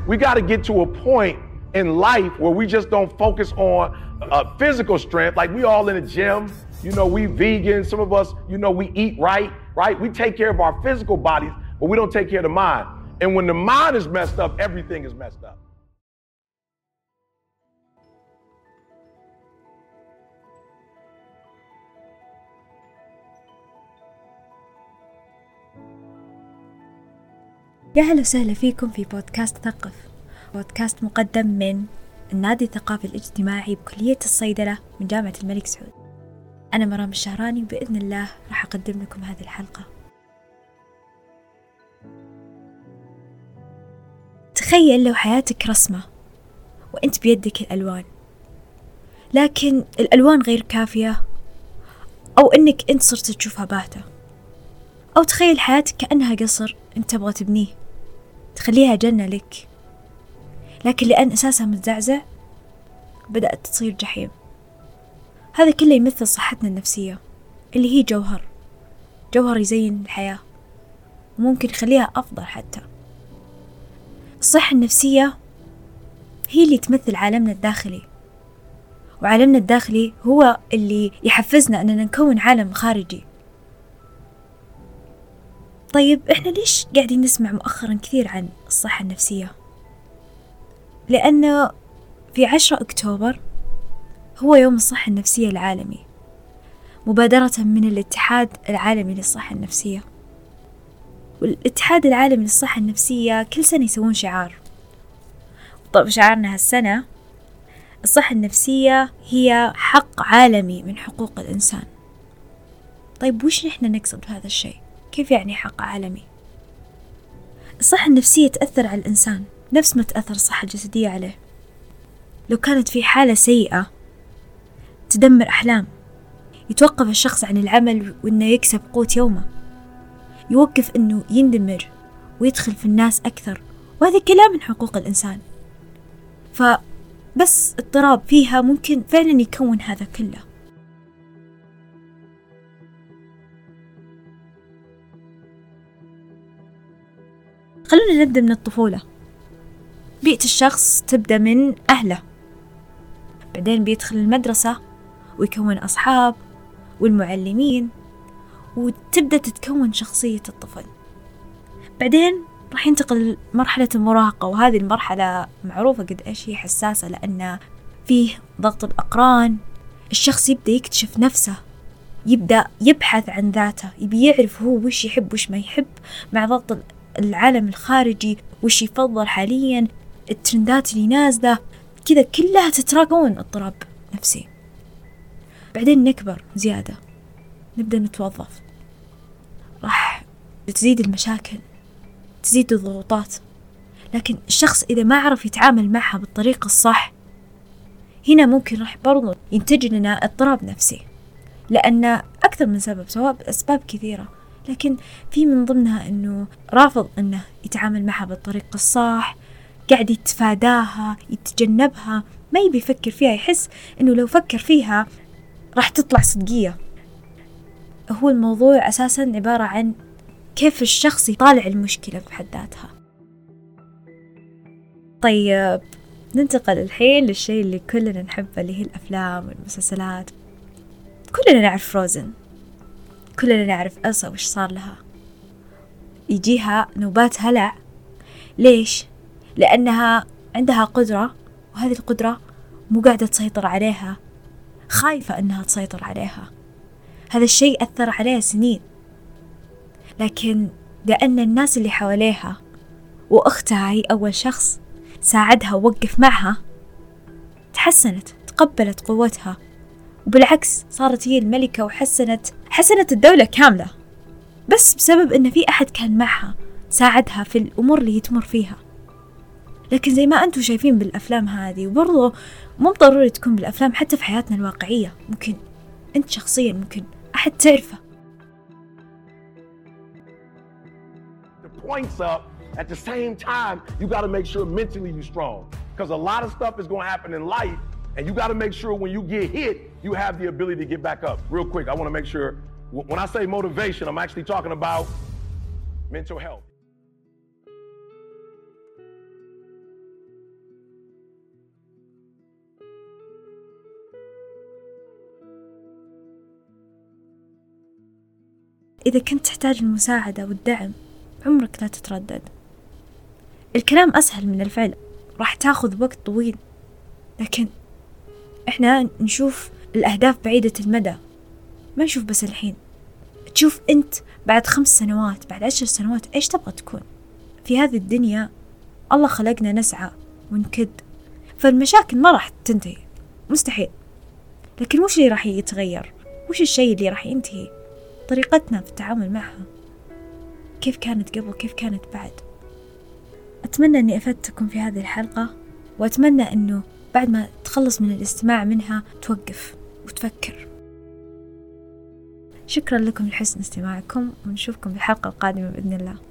We got to get to a point in life where we just don't focus on physical strength. Like we all in the gym, you know, we vegan. Some of us, you know, we eat right? We take care of our physical bodies, but we don't take care of the mind. And when the mind is messed up, everything is messed up. يا هلا وسهلا فيكم في بودكاست ثقف، بودكاست مقدم من النادي الثقافي الاجتماعي بكلية الصيدلة من جامعة الملك سعود. أنا مرام الشهراني، وبإذن الله راح أقدم لكم هذه الحلقة. تخيل لو حياتك رسمة وأنت بيدك الألوان، لكن الألوان غير كافية، أو أنك أنت صرت تشوفها باهتة. أو تخيل حياتك كأنها قصر أنت تبغى تبنيه، تخليها جنة لك، لكن لأن أساسها متزعزع بدأت تصير جحيم. هذا كله يمثل صحتنا النفسية اللي هي جوهر يزين الحياة وممكن يخليها أفضل حتى. الصحة النفسية هي اللي تمثل عالمنا الداخلي، وعالمنا الداخلي هو اللي يحفزنا أننا نكون عالم خارجي. طيب إحنا ليش قاعدين نسمع مؤخرا كثير عن الصحة النفسية؟ لأنه في 10 أكتوبر هو يوم الصحة النفسية العالمي، مبادرة من الاتحاد العالمي للصحة النفسية. والاتحاد العالمي للصحة النفسية كل سنة يسوون شعار. طب شعارنا هالسنة الصحة النفسية هي حق عالمي من حقوق الإنسان. طيب وش نحن نقصد بهذا الشيء؟ كيف يعني حق عالمي؟ الصحة النفسية تأثر على الإنسان نفس ما تأثر الصحة الجسدية عليه. لو كانت في حالة سيئة تدمر أحلام، يتوقف الشخص عن العمل وإنه يكسب قوت يومه، يوقف إنه يندمج ويدخل في الناس أكثر، وهذا كلام من حقوق الإنسان. فبس اضطراب فيها ممكن فعلا يكون هذا كله. خلونا نبدأ من الطفولة. بيئة الشخص تبدأ من أهله، بعدين بيدخل المدرسة ويكون أصحاب والمعلمين، وتبدأ تتكون شخصية الطفل. بعدين راح ينتقل مرحلة المراهقة، وهذه المرحلة معروفة قد إيش هي حساسة، لأن فيه ضغط الأقران. الشخص يبدأ يكتشف نفسه، يبدأ يبحث عن ذاته، يبي يعرف هو وش يحب وش ما يحب، مع ضغط العالم الخارجي وش يفضل حاليا، الترندات اللي نازلة كذا كلها تتراكمون اضطراب نفسي. بعدين نكبر زيادة، نبدأ نتوظف، راح تزيد المشاكل، تزيد الضغوطات، لكن الشخص إذا ما عرف يتعامل معها بالطريقة الصح، هنا ممكن راح برضو ينتج لنا اضطراب نفسي، لأن أكثر من سبب، سواء أسباب كثيرة، لكن في من ضمنها أنه رافض أنه يتعامل معها بالطريقة الصح، قاعد يتفاداها، يتجنبها، ما يبي يفكر فيها، يحس أنه لو فكر فيها راح تطلع صدقية. هو الموضوع أساساً عبارة عن كيف الشخص يطالع المشكلة بحد ذاتها. طيب ننتقل الحين للشيء اللي كلنا نحبه، اللي هي الأفلام والمسلسلات. كلنا نعرف فروزن، كلنا نعرف إلسا وش صار لها، يجيها نوبات هلع. ليش؟ لأنها عندها قدرة، وهذه القدرة مو قاعدة تسيطر عليها، خايفة أنها تسيطر عليها. هذا الشيء أثر عليها سنين، لكن لأن الناس اللي حواليها وأختها هي أول شخص ساعدها ووقف معها، تحسنت، تقبلت قوتها، وبالعكس صارت هي الملكة، حسنت الدولة كاملة، بس بسبب أن في أحد كان معها ساعدها في الأمور اللي تمر فيها. لكن زي ما أنتم شايفين بالأفلام هذه، وبرضو مو ضروري تكون بالأفلام، حتى في حياتنا الواقعية ممكن أنت شخصيا ممكن أحد تعرفه. The points up at the same time, you got to make sure mentally you're strong, because a lot of stuff is going to happen in life, and you got to make sure when you get hit, you have the ability to get back up. Real quick, I want to make sure when I say motivation, I'm actually talking about mental health. إذا كنت تحتاج المساعدة والدعم عمرك لا تتردد. الكلام أسهل من الفعل، راح تاخذ وقت طويل، لكن إحنا نشوف الأهداف بعيدة المدى، ما نشوف بس الحين. تشوف أنت بعد 5 سنوات، بعد 10 سنوات إيش تبغى تكون. في هذه الدنيا الله خلقنا نسعى ونكد، فالمشاكل ما راح تنتهي، مستحيل. لكن وش اللي راح يتغير؟ وش الشيء اللي راح ينتهي؟ طريقتنا في التعامل معها، كيف كانت قبل، كيف كانت بعد. أتمنى أني أفدتكم في هذه الحلقة، وأتمنى أنه بعد ما تخلص من الاستماع منها توقف وتفكر. شكرا لكم لحسن استماعكم، ونشوفكم في الحلقة القادمة بإذن الله.